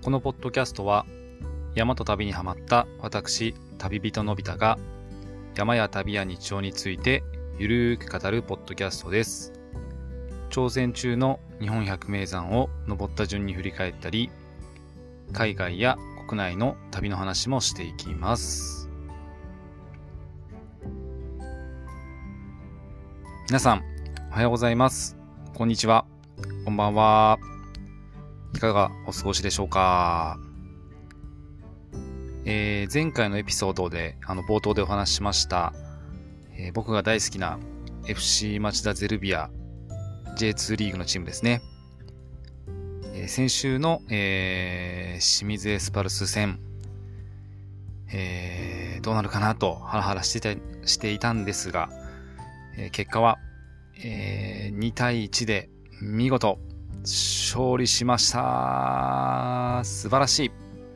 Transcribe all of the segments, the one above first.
このポッドキャストは山と旅にハマった私旅人のび太が山や旅や日常についてゆるーく語るポッドキャストです。挑戦中の日本百名山を登った順に振り返ったり、海外や国内の旅の話もしていきます。皆さんおはようございます。こんにちは、こんばんは。いかがお過ごしでしょうか。前回のエピソードで冒頭でお話ししました、僕が大好きな FC 町田ゼルビア J2 リーグのチームですね。先週の、清水エスパルス戦、どうなるかなとハラハラしていたんですが、結果は、2対1で見事勝利しました。素晴らしい。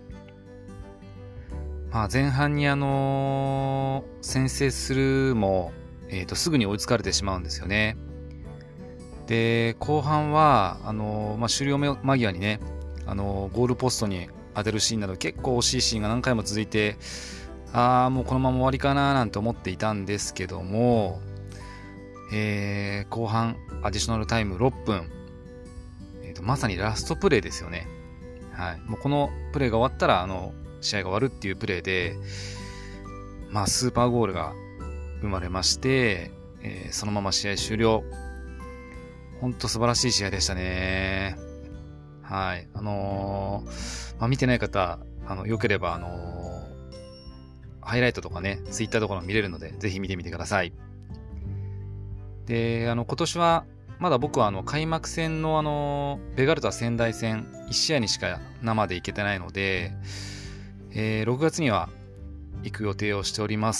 前半に先制するも、すぐに追いつかれてしまうんですよね。で、後半は終了間際にね、ゴールポストに当てるシーンなど結構惜しいシーンが何回も続いて、もうこのまま終わりかななんて思っていたんですけども、後半アディショナルタイム6分、まさにラストプレーですよね。はい。もうこのプレーが終わったら試合が終わるっていうプレーで、スーパーゴールが生まれまして、そのまま試合終了。ほんと素晴らしい試合でしたね。はい。見てない方、よければハイライトとかね、ツイッターとかも見れるので、ぜひ見てみてください。で、今年は、まだ僕は開幕戦のベガルタ仙台戦1試合にしか生で行けてないので、6月には行く予定をしております。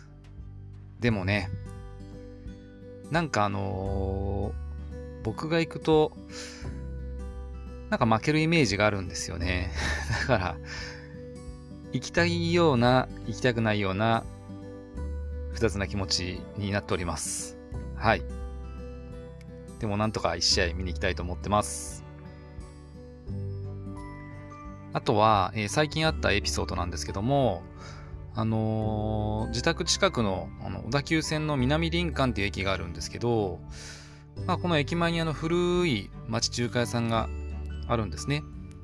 でもね、なんか僕が行くとなんか負けるイメージがあるんですよね。だから行きたいような行きたくないような複雑な気持ちになっております。はい。でもなんとか1試合見に行きたいと思ってます。あとは、最近あったエピソードなんですけども、自宅近くの小田急線の南林間っていう駅があるんですけど、この駅前に古い町中華屋さんがあるんですね。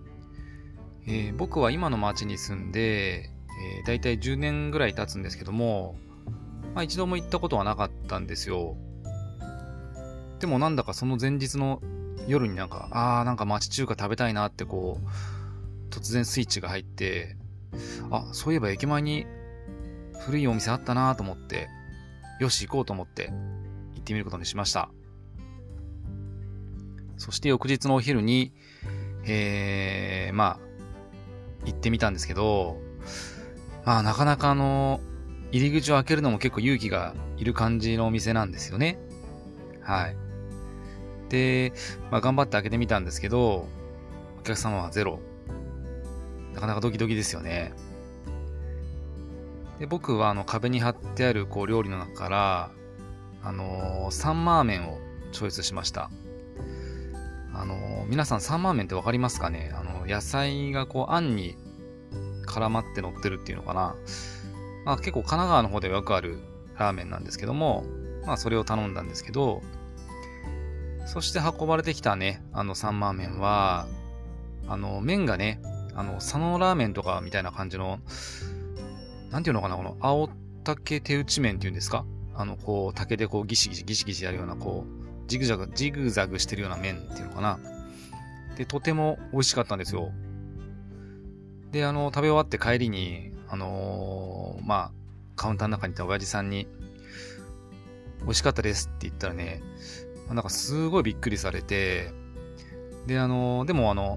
僕は今の町に住んで、だいたい10年ぐらい経つんですけども、一度も行ったことはなかったんですよ。でもなんだかその前日の夜になんか町中華食べたいなって突然スイッチが入って、そういえば駅前に古いお店あったなと思って、よし行こうと思って行ってみることにしました。そして翌日のお昼に、行ってみたんですけど、なかなか入り口を開けるのも結構勇気がいる感じのお店なんですよね。はい。で、頑張って開けてみたんですけど、お客様はゼロ。なかなかドキドキですよね。で、僕は壁に貼ってある料理の中から、サンマーメンをチョイスしました。皆さんサンマーメンってわかりますかね？野菜があんに絡まって乗ってるっていうのかな。結構神奈川の方ではよくあるラーメンなんですけども、それを頼んだんですけど、そして運ばれてきたね、サンマーメンは、麺がね、佐野ラーメンとかみたいな感じの、なんていうのかな、この青竹手打ち麺っていうんですか？竹でギシギシやるような、ジグザグしてるような麺っていうのかな。で、とても美味しかったんですよ。で、食べ終わって帰りに、カウンターの中にいた親父さんに、美味しかったですって言ったらね、なんかすごいびっくりされて、で、でも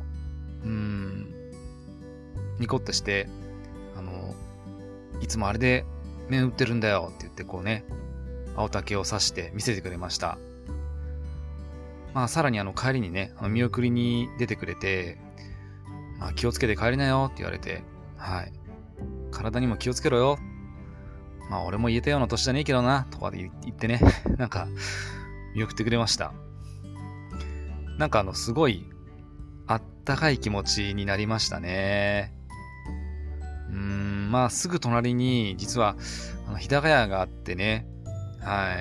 ニコッとして、いつもあれで麺売ってるんだよって言って青竹を刺して見せてくれました。さらに帰りにね、見送りに出てくれて、気をつけて帰りなよって言われて、はい。体にも気をつけろよ。俺も言えたような年じゃねえけどな、とかで言ってね、なんか、見送ってくれました。なんかすごい、 ったかい気持ちになりましたね。まあすぐ隣に実は日高屋があってね、はい。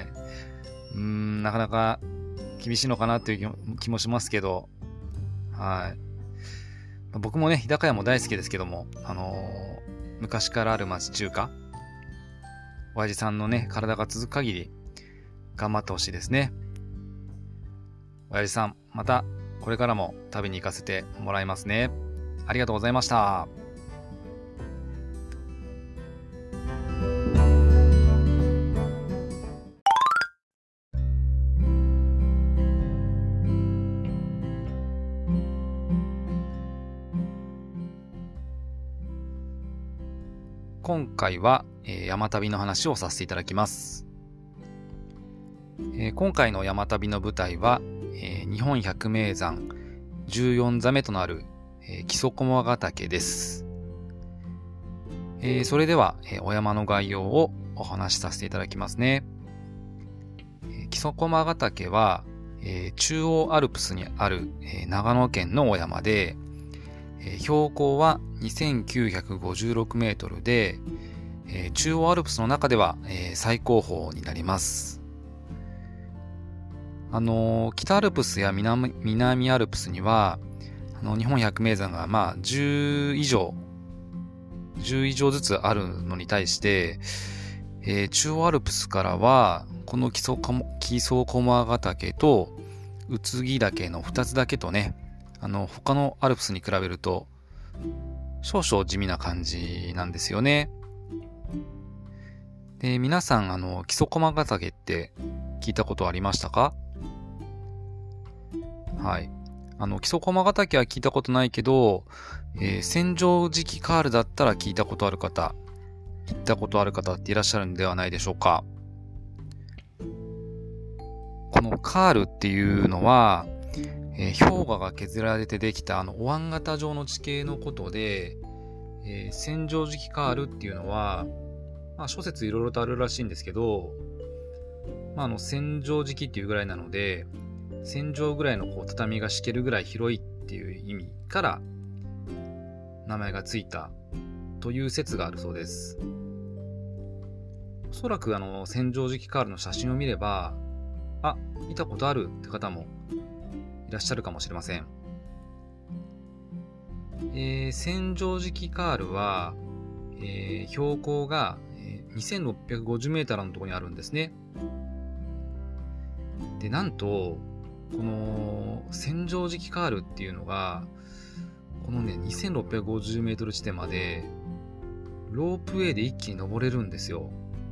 なかなか厳しいのかなという気もしますけど、はい。僕もね、日高屋も大好きですけども、昔からある町中華、親父さんのね、体が続く限り、頑張ってほしいですね。親父さん、また、これからも食べに行かせてもらいますね。ありがとうございました。今回は、山旅の話をさせていただきます。今回の山旅の舞台は、日本百名山14座目となる、木曽駒ヶ岳です。それでは、お山の概要をお話しさせていただきますね。木曽駒ヶ岳は、中央アルプスにある、長野県のお山で、標高は2956メートルで、中央アルプスの中では、最高峰になります。北アルプスや南アルプスには、日本百名山が10以上ずつあるのに対して、中央アルプスからは、この木曽駒ヶ岳と宇津木岳の2つだけとね、他のアルプスに比べると、少々地味な感じなんですよね。で、皆さん、木曽駒ヶ岳って聞いたことありましたか？はい。木曽駒ヶ岳は聞いたことないけど、千畳敷カールだったら聞いたことある方、行ったことある方っていらっしゃるんではないでしょうか。このカールっていうのは、氷河が削られてできたお椀型状の地形のことで、千畳敷カールっていうのは、諸説いろいろとあるらしいんですけど、千畳敷っていうぐらいなので、千畳ぐらいの畳が敷けるぐらい広いっていう意味から名前がついたという説があるそうです。おそらく千畳敷カールの写真を見れば、見たことあるって方もいらっしゃるかもしれません。千畳敷カールは、標高が2650メートルのところにあるんですね。で、なんと、この千畳敷カールっていうのが、このね、2650メートル地点まで、ロープウェイで一気に登れるんですよ。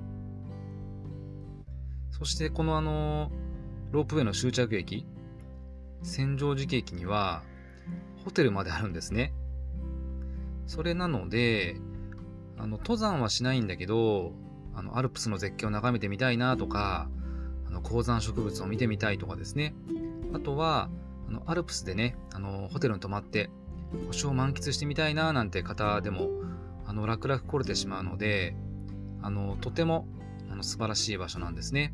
そして、このロープウェイの終着駅、千畳敷駅には、ホテルまであるんですね。それなので、登山はしないんだけど、アルプスの絶景を眺めてみたいなとか、高山植物を見てみたいとかですね。あとは、アルプスでね、ホテルに泊まって、星を満喫してみたいななんて方でも、楽々来れてしまうので、とても、素晴らしい場所なんですね。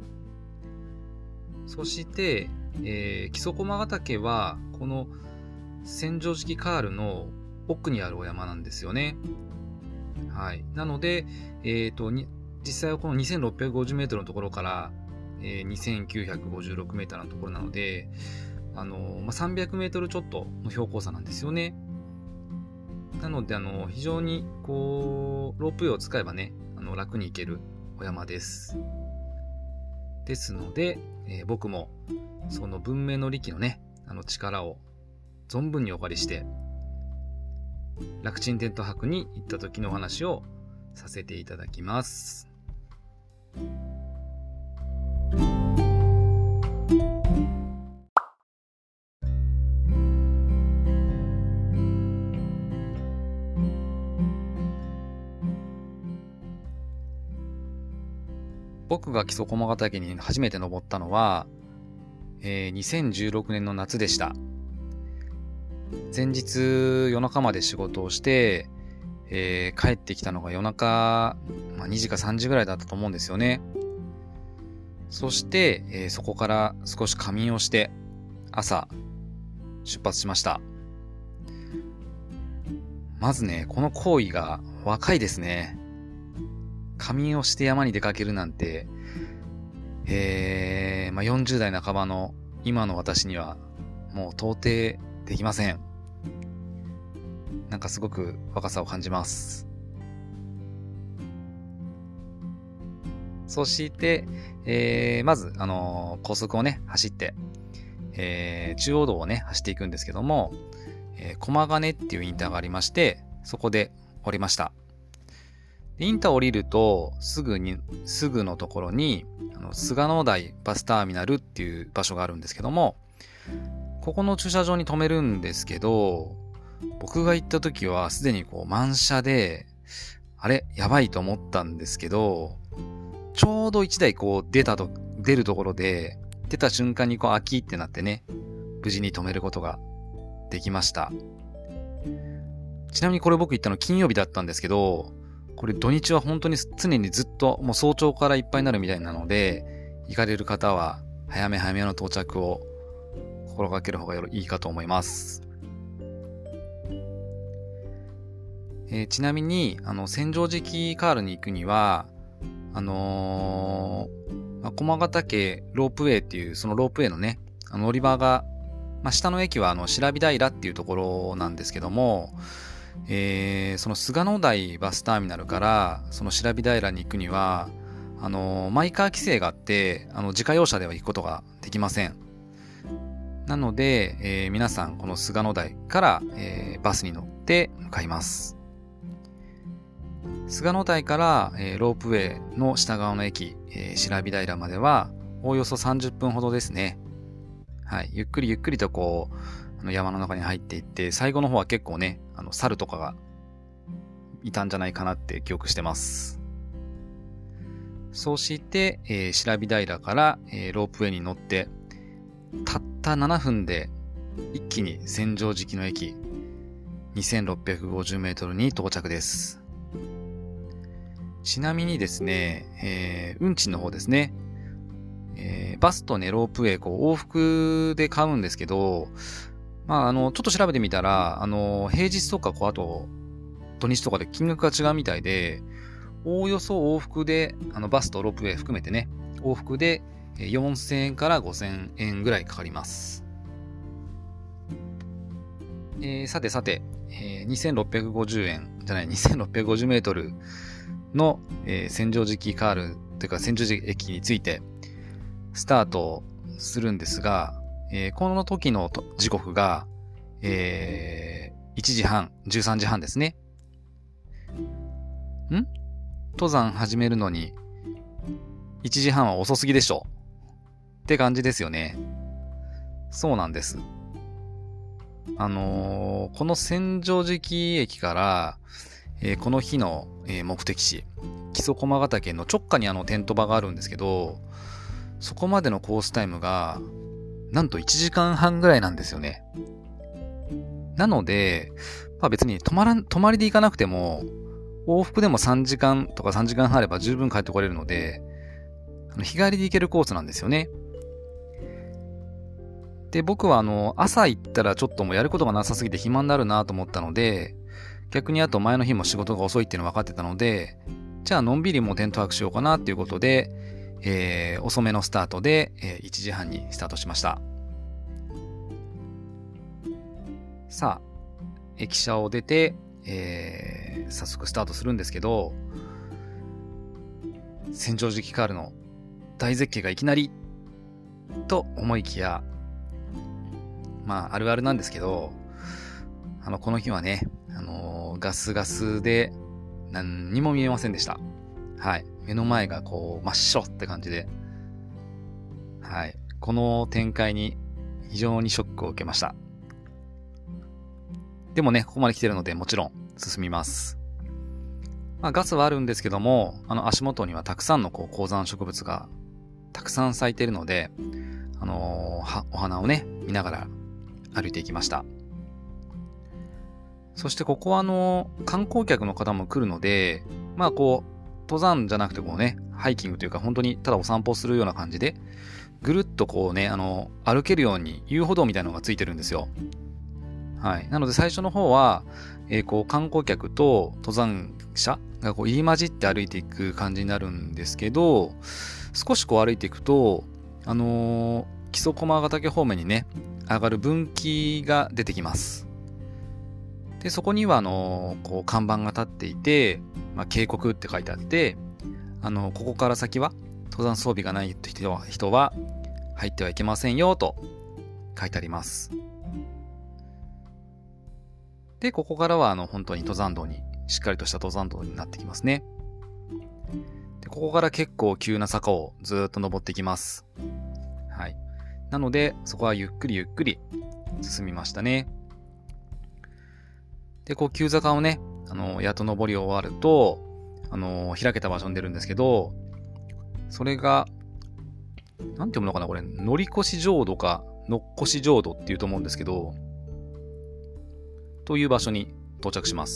そして、木曽駒ヶ岳は、この千畳敷カールの奥にあるお山なんですよね。はい。なので、実際はこの2650メートルのところから、2956メートルのところなので、300メートルちょっとの標高差なんですよね。なので、非常に、ロープウェイを使えばね、楽に行けるお山です。ですので、僕も、その文明の利器のね、力を存分にお借りして、楽ちんテント泊に行った時のお話をさせていただきます。僕が木曽駒ヶ岳に初めて登ったのは、2016年の夏でした。前日夜中まで仕事をして、帰ってきたのが夜中、2時か3時ぐらいだったと思うんですよね。そして、そこから少し仮眠をして朝出発しました。 まずね、この行為が若いですね。仮眠をして山に出かけるなんて、40代半ばの今の私にはもう到底できません。なんかすごく若さを感じます。そして、まず、高速をね、走って、中央道をね、走っていくんですけども、駒ヶ根っていうインターがありまして、そこで降りました。インター降りると、すぐのところに、菅野台バスターミナルっていう場所があるんですけども、ここの駐車場に止めるんですけど、僕が行った時はすでに満車で、あれやばいと思ったんですけど、ちょうど1台出るところで、出た瞬間に空きってなってね、無事に止めることができました。ちなみにこれ僕行ったの金曜日だったんですけど、これ土日は本当に常にずっともう早朝からいっぱいになるみたいなので、行かれる方は早めの到着を心がける方がいいかと思います。ちなみに、千畳敷カールに行くには、駒ヶ岳ロープウェイっていう、そのロープウェイのね、乗り場が、下の駅は白尾平っていうところなんですけども、その菅野台バスターミナルからその白尾平に行くにはマイカー規制があって自家用車では行くことができません。なので、皆さんこの菅野台から、バスに乗って向かいます。菅野台から、ロープウェイの下側の駅、白尾平まではおおよそ30分ほどですね。はい、ゆっくりと山の中に入っていって、最後の方は結構ね、猿とかがいたんじゃないかなって記憶してます。そうして、白尾平から、ロープウェイに乗って、たった7分で一気に千畳敷の駅、2650メートルに到着です。ちなみにですね、運賃の方ですね。バスとね、ロープウェイ、往復で買うんですけど、ちょっと調べてみたら、平日とか、あと、土日とかで金額が違うみたいで、おおよそ往復で、バスとロープウェイ含めてね、往復で4000円から5000円ぐらいかかります。さて、2650メートルの、千畳敷カールというか千畳敷駅についてスタートするんですが、この時の時刻が、1時半、13時半ですね。登山始めるのに1時半は遅すぎでしょって感じですよね。そうなんです。この千畳敷駅から、この日の、目的地、木曽駒ヶ岳の直下にテント場があるんですけど、そこまでのコースタイムが、なんと1時間半ぐらいなんですよね。なので、別に泊まりで行かなくても、往復でも3時間とか3時間半あれば十分帰ってこれるので、日帰りで行けるコースなんですよね。で、僕は朝行ったらちょっともうやることがなさすぎて暇になるなと思ったので、逆にあと前の日も仕事が遅いっていうの分かってたので、じゃあのんびりもうテント泊しようかなっていうことで、遅めのスタートで、1時半にスタートしました。さあ、駅舎を出て、早速スタートするんですけど、千畳敷カールの大絶景がいきなりと思いきや、あるあるなんですけど、この日はね、ガスガスで何にも見えませんでした。はい。目の前が真っ白って感じで、はい。この展開に非常にショックを受けました。でもね、ここまで来てるのでもちろん進みます。ガスはあるんですけども、足元にはたくさんの高山植物がたくさん咲いているので、お花をね、見ながら歩いていきました。そしてここは観光客の方も来るので、登山じゃなくてハイキングというか本当にただお散歩するような感じで、ぐるっと歩けるように遊歩道みたいなのがついてるんですよ。 はい。なので最初の方は、観光客と登山者が入り混じって歩いていく感じになるんですけど、少し歩いていくと、木曽駒ヶ岳方面にね、上がる分岐が出てきます。で、そこには、看板が立っていて、渓谷って書いてあって、ここから先は、登山装備がない人は入ってはいけませんよ、と書いてあります。で、ここからは、本当に登山道に、しっかりとした登山道になってきますね。で、ここから結構急な坂をずーっと登っていきます。はい。なので、そこはゆっくりゆっくり進みましたね。で、急坂をね、やっと登り終わると、開けた場所に出るんですけど、それが、なんて読むのかなこれ、乗越浄土か、のっこし浄土っていうと思うんですけど、という場所に到着します。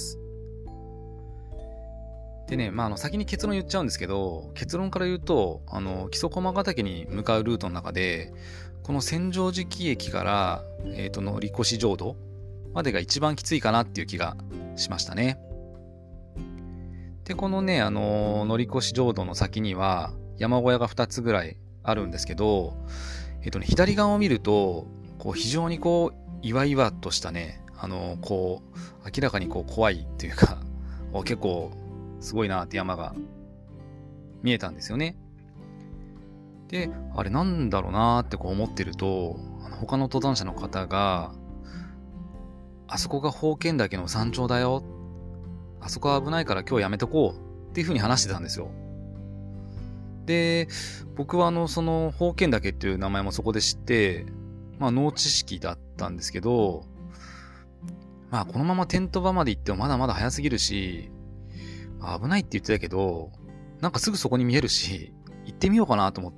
でね、先に結論言っちゃうんですけど、結論から言うと、木曽駒ヶ岳に向かうルートの中で、この千畳敷駅から、乗越浄土までが一番きついかなっていう気がしましたね。で、このね、乗越浄土の先には、山小屋が2つぐらいあるんですけど、左側を見ると、非常に岩々としたね、明らかに怖いというか、結構すごいなって山が見えたんですよね。で、あれなんだろうなって思ってると、他の登山者の方が、あそこが宝剣岳の山頂だよ。あそこは危ないから今日やめとこうっていう風に話してたんですよ。で、僕はその宝剣岳っていう名前もそこで知って、脳知識だったんですけど、このままテント場まで行ってもまだまだ早すぎるし、危ないって言ってたけど、なんかすぐそこに見えるし、行ってみようかなと思って、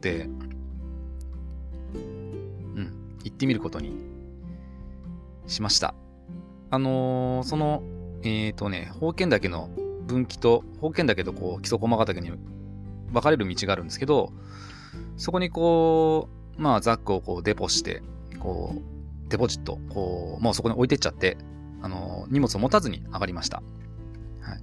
行ってみることにしました。その、宝剣岳の分岐と、宝剣岳と木曽駒ヶ岳に分かれる道があるんですけど、そこにザックをデポして、デポジット、もうそこに置いてっちゃって、荷物を持たずに上がりました。はい。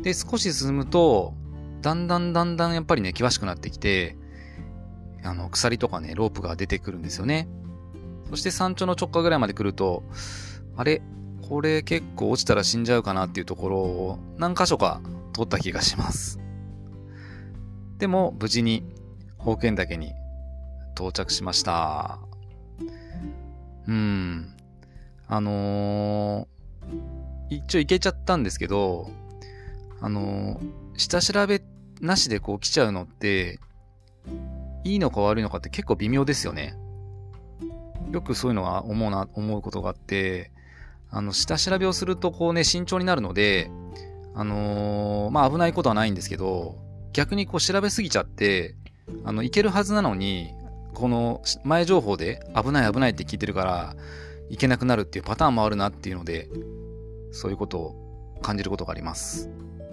で、少し進むと、だんだんやっぱりね、険しくなってきて、鎖とかね、ロープが出てくるんですよね。そして山頂の直下ぐらいまで来ると、あれこれ結構落ちたら死んじゃうかなっていうところを何箇所か通った気がします。でも無事に宝剣岳に到着しました。一応行けちゃったんですけど、下調べなしで来ちゃうのって、いいのか悪いのかって結構微妙ですよね。よくそういうのは思うことがあって、下調べをすると慎重になるので、危ないことはないんですけど、逆に調べすぎちゃって、行けるはずなのに、この前情報で危ないって聞いてるから、行けなくなるっていうパターンもあるなっていうので、そういうことを感じることがあります。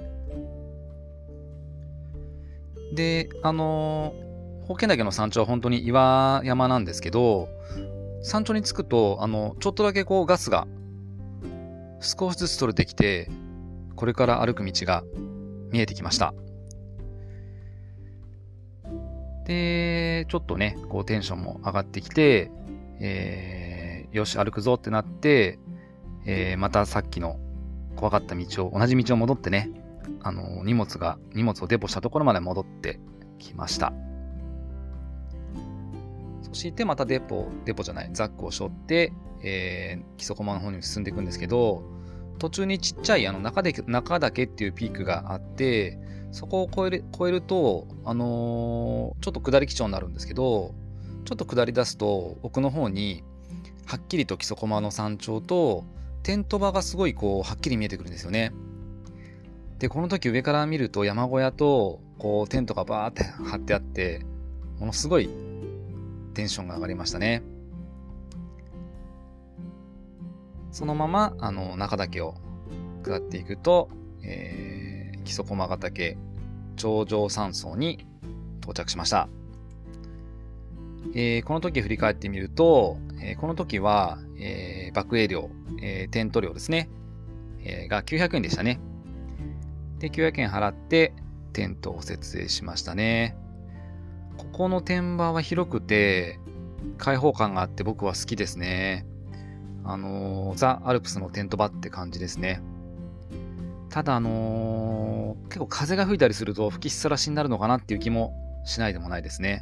で、宝剣岳の山頂は本当に岩山なんですけど、山頂に着くと、ちょっとだけガスが少しずつ取れてきて、これから歩く道が見えてきました。で、ちょっとね、テンションも上がってきて、よし、歩くぞってなって、またさっきの怖かった同じ道を戻ってね、荷物をデポしたところまで戻ってきました。そしてまたザックを背負って、木曽駒の方に進んでいくんですけど、途中にちっちゃい中岳っていうピークがあって、そこを越えると、ちょっと下り基調になるんですけど、ちょっと下り出すと奥の方にはっきりと木曽駒の山頂とテント場がすごいはっきり見えてくるんですよね。で、この時上から見ると山小屋とテントがバーって張ってあって、ものすごいテンションが上がりましたね。そのまま中岳を下っていくと、木曽駒ヶ岳頂上山荘に到着しました。 この時振り返ってみると、この時は、爆営料、テント料ですね、が900円でしたね。で、900円払ってテントを設営しましたね。ここの天場は広くて開放感があって僕は好きですね。ザ・アルプスのテント場って感じですね。ただ結構風が吹いたりすると吹きさらしになるのかなっていう気もしないでもないですね。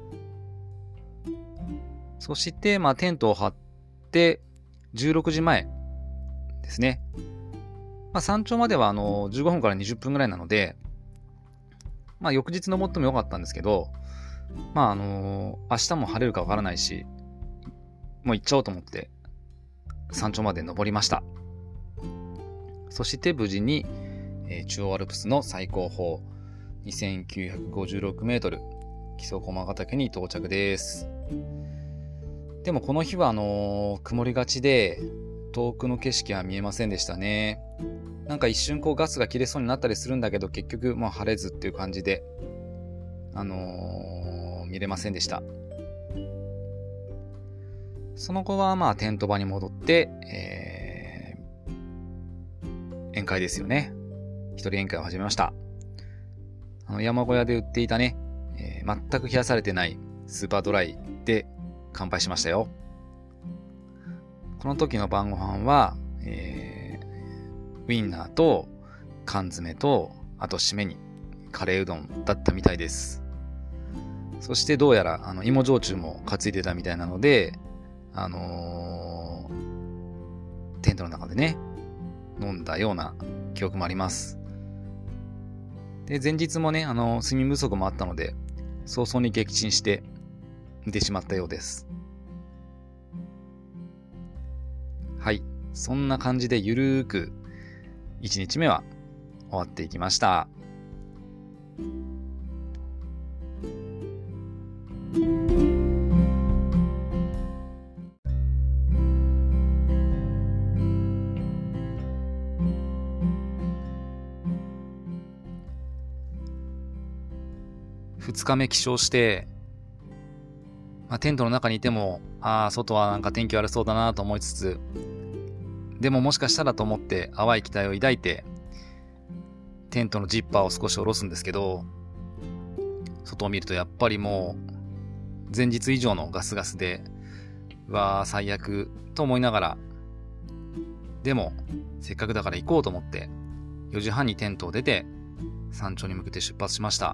そして、テントを張って16時前ですね。山頂までは15分から20分ぐらいなので、翌日登ってもよかったんですけど、明日も晴れるかわからないし、もう行っちゃおうと思って山頂まで登りました。そして無事に、中央アルプスの最高峰2956メートル木曽駒ヶ岳に到着です。でもこの日は曇りがちで遠くの景色は見えませんでしたね。なんか一瞬ガスが切れそうになったりするんだけど、結局晴れずっていう感じで見れませんでした。その後はテント場に戻って、宴会ですよね。一人宴会を始めました。山小屋で売っていたね、全く冷やされてないスーパードライで乾杯しましたよ。この時の晩ご飯は、ウインナーと缶詰と、あと締めにカレーうどんだったみたいです。そしてどうやら芋焼酎も担いでたみたいなので、テントの中でね飲んだような記憶もあります。で、前日もね睡眠不足もあったので早々に撃沈して寝てしまったようです。はい、そんな感じでゆるーく1日目は終わっていきました。2日目起床して、テントの中にいても、外はなんか天気悪そうだなと思いつつ、でももしかしたらと思って淡い期待を抱いて、テントのジッパーを少し下ろすんですけど、外を見るとやっぱりもう前日以上のガスガスで、最悪と思いながら、でもせっかくだから行こうと思って4時半にテントを出て山頂に向けて出発しました。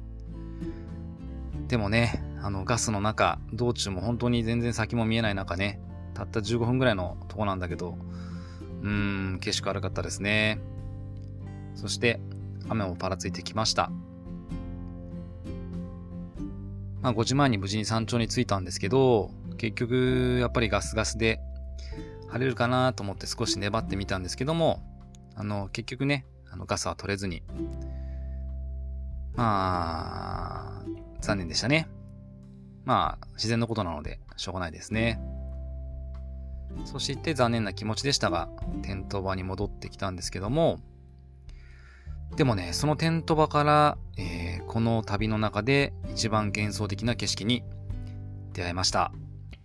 でもね、ガスの中、道中も本当に全然先も見えない中ね、たった15分ぐらいのとこなんだけど、景色悪かったですね。そして雨もぱらついてきました。5時前に無事に山頂に着いたんですけど、結局やっぱりガスガスで晴れるかなと思って少し粘ってみたんですけども、結局ねガスは取れずに、残念でしたね。自然のことなのでしょうがないですね。そして残念な気持ちでしたがテント場に戻ってきたんですけども、でもねそのテント場から、この旅の中で一番幻想的な景色に出会いました。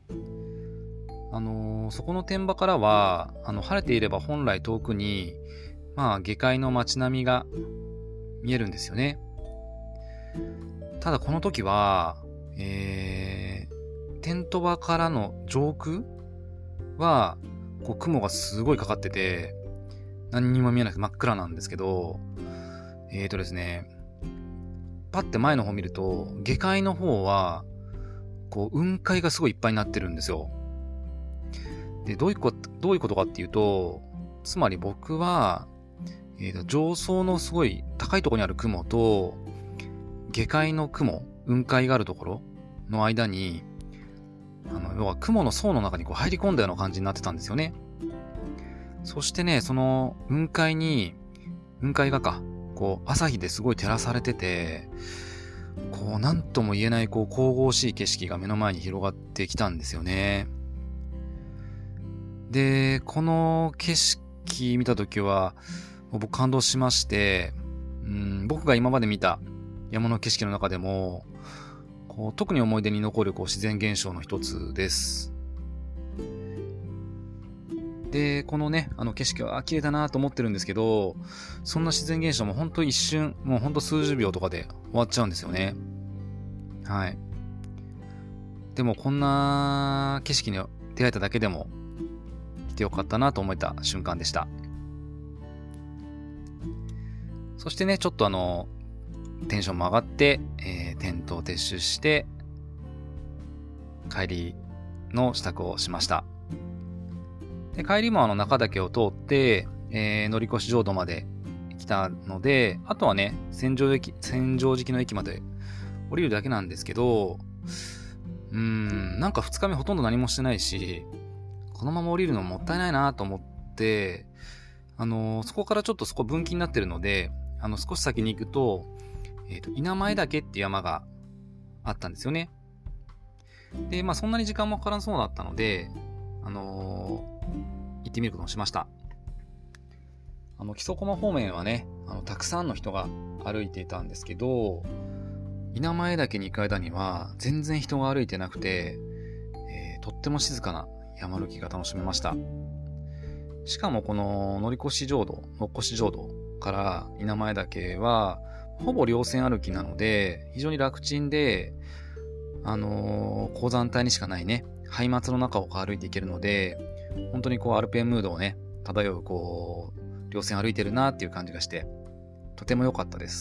そこの天場からは晴れていれば本来遠くに下界の街並みが見えるんですよね。ただこの時は、テント場からの上空は雲がすごいかかってて何にも見えなくて真っ暗なんですけど、ですね、パッて前の方見ると下界の方は雲海がすごいいっぱいになってるんですよ。で、どういうことかっていうと、つまり僕は、上層のすごい高いところにある雲と下界の雲、雲海があるところの間に要は雲の層の中に入り込んだような感じになってたんですよね。そしてね、その雲海が朝日ですごい照らされてて、なんとも言えない神々しい景色が目の前に広がってきたんですよね。で、この景色見たときは僕感動しまして、僕が今まで見た山の景色の中でも特に思い出に残る自然現象の一つです。で、このね、景色は綺麗だなと思ってるんですけど、そんな自然現象も本当一瞬、もう本当数十秒とかで終わっちゃうんですよね。はい。でもこんな景色に出会えただけでも来てよかったなと思えた瞬間でした。そしてね、ちょっとテンションも上がって、テントを撤収して、帰りの支度をしました。で帰りも中岳を通って、乗り越し浄土まで来たので、あとはね、千畳敷の駅まで降りるだけなんですけど、なんか2日目ほとんど何もしてないし、このまま降りるのもったいないなと思って、そこからちょっとそこ分岐になってるので、少し先に行くと、稲前岳って山があったんですよね。で、そんなに時間もかからんそうだったので、行ってみることにしました。木曽駒方面はね、たくさんの人が歩いていたんですけど、稲前岳に行く間には全然人が歩いてなくて、とっても静かな山歩きが楽しめました。しかもこののっこし浄土から稲前岳はほぼ稜線歩きなので非常に楽ちんで、高山帯にしかないね、廃松の中を歩いていけるので、本当にアルペンムードをね、漂う稜線歩いてるなっていう感じがして、とても良かったです。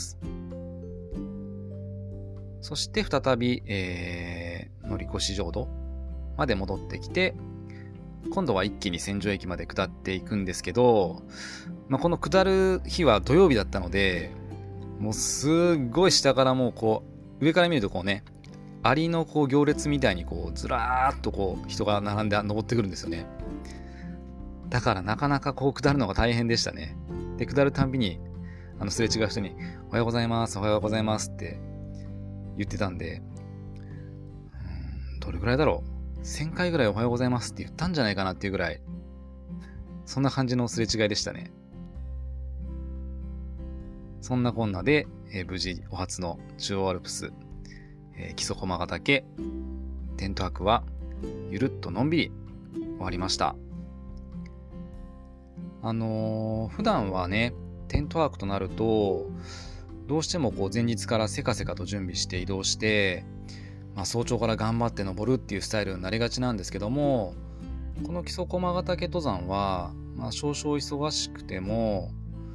そして再び、乗り越し浄土まで戻ってきて、今度は一気に千住駅まで下っていくんですけど、この下る日は土曜日だったので、もうすっごい下からもう上から見るとね、アリの行列みたいにずらーっと人が並んで登ってくるんですよね。だからなかなか下るのが大変でしたね。で、下るたんびにすれ違う人におはようございます、おはようございますって言ってたんで、どれぐらいだろう、1000回ぐらいおはようございますって言ったんじゃないかなっていうぐらい、そんな感じのすれ違いでしたね。そんなこんなで、無事お初の中央アルプス、木曽駒ヶ岳テント泊はゆるっとのんびり終わりました。普段はね、テントワークとなるとどうしても前日からせかせかと準備して移動して、早朝から頑張って登るっていうスタイルになりがちなんですけども、この木曽駒ヶ岳登山は、少々忙しくても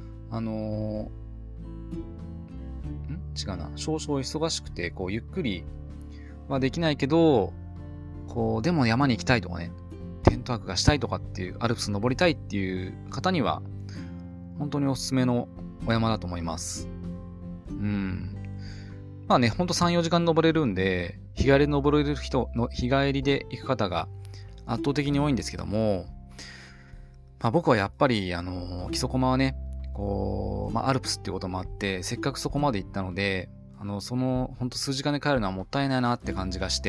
少々忙しくてゆっくりはできないけど、でも山に行きたいとかね、テントワークがしたいとかっていう、アルプス登りたいっていう方には本当におすすめのお山だと思います。ほんと3、4時間登れるんで、日帰りで登れる人の日帰りで行く方が圧倒的に多いんですけども、僕はやっぱり木曽駒はね、アルプスっていうこともあって、せっかくそこまで行ったので、ほんと数時間で帰るのはもったいないなって感じがして、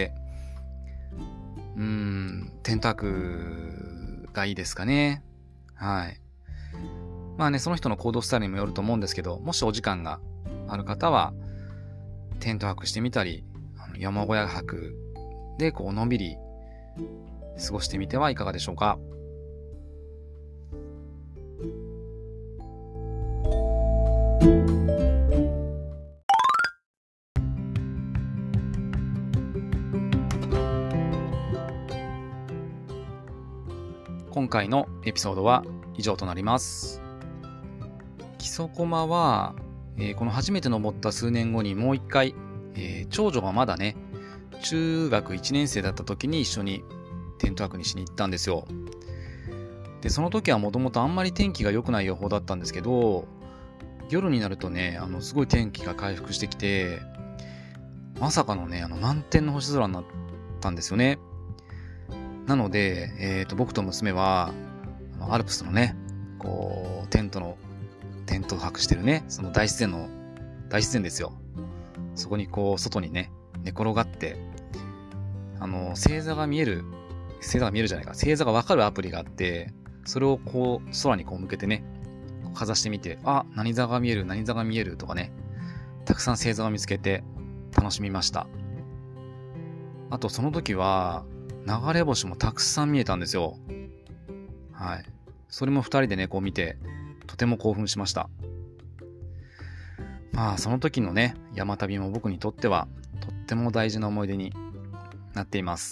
テント泊がいいですかね。はい。その人の行動スタイルにもよると思うんですけど、もしお時間がある方は、テント泊してみたり、山小屋泊でのんびり過ごしてみてはいかがでしょうか。今回のエピソードは以上となります。木曽駒は、この初めて登った数年後にもう一回、長女がまだね、中学1年生だった時に一緒にテント泊にしに行ったんですよ。で、その時はもともとあんまり天気が良くない予報だったんですけど、夜になるとね、すごい天気が回復してきて、まさかのね、満天の星空になったんですよね。なので、僕と娘は、アルプスのね、テント泊してるね、その大自然ですよ。そこに外にね、寝転がって、星座がわかるアプリがあって、それを空に向けてね、かざしてみて、何座が見えるとかね、たくさん星座を見つけて楽しみました。 あとその時は流れ星もたくさん見えたんですよ。はい。それも2人でね、こう見て、とても興奮しました。まあその時のね、山旅も僕にとってはとっても大事な思い出になっています。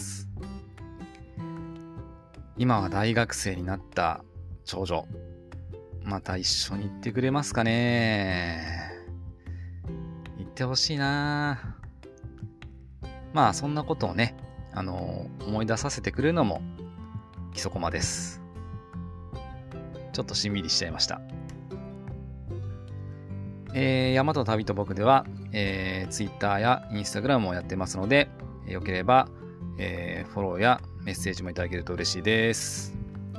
今は大学生になった長女、また一緒に行ってくれますかね。行ってほしいな。まあそんなことをね、思い出させてくれるのも木曽駒です。ちょっとしんみりしちゃいました。山と旅と僕では、Twitter や Instagram もやってますので、よければ、フォローやメッセージもいただけると嬉しいです。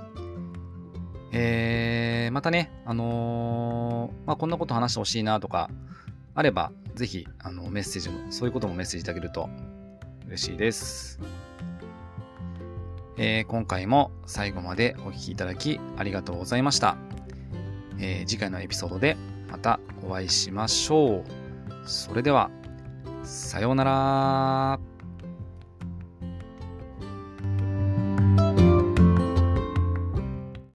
またね、こんなこと話してほしいなとかあれば、ぜひメッセージも、そういうこともメッセージいただけると嬉しいです。今回も最後までお聞きいただきありがとうございました。次回のエピソードでまたお会いしましょう。それでは、さようなら。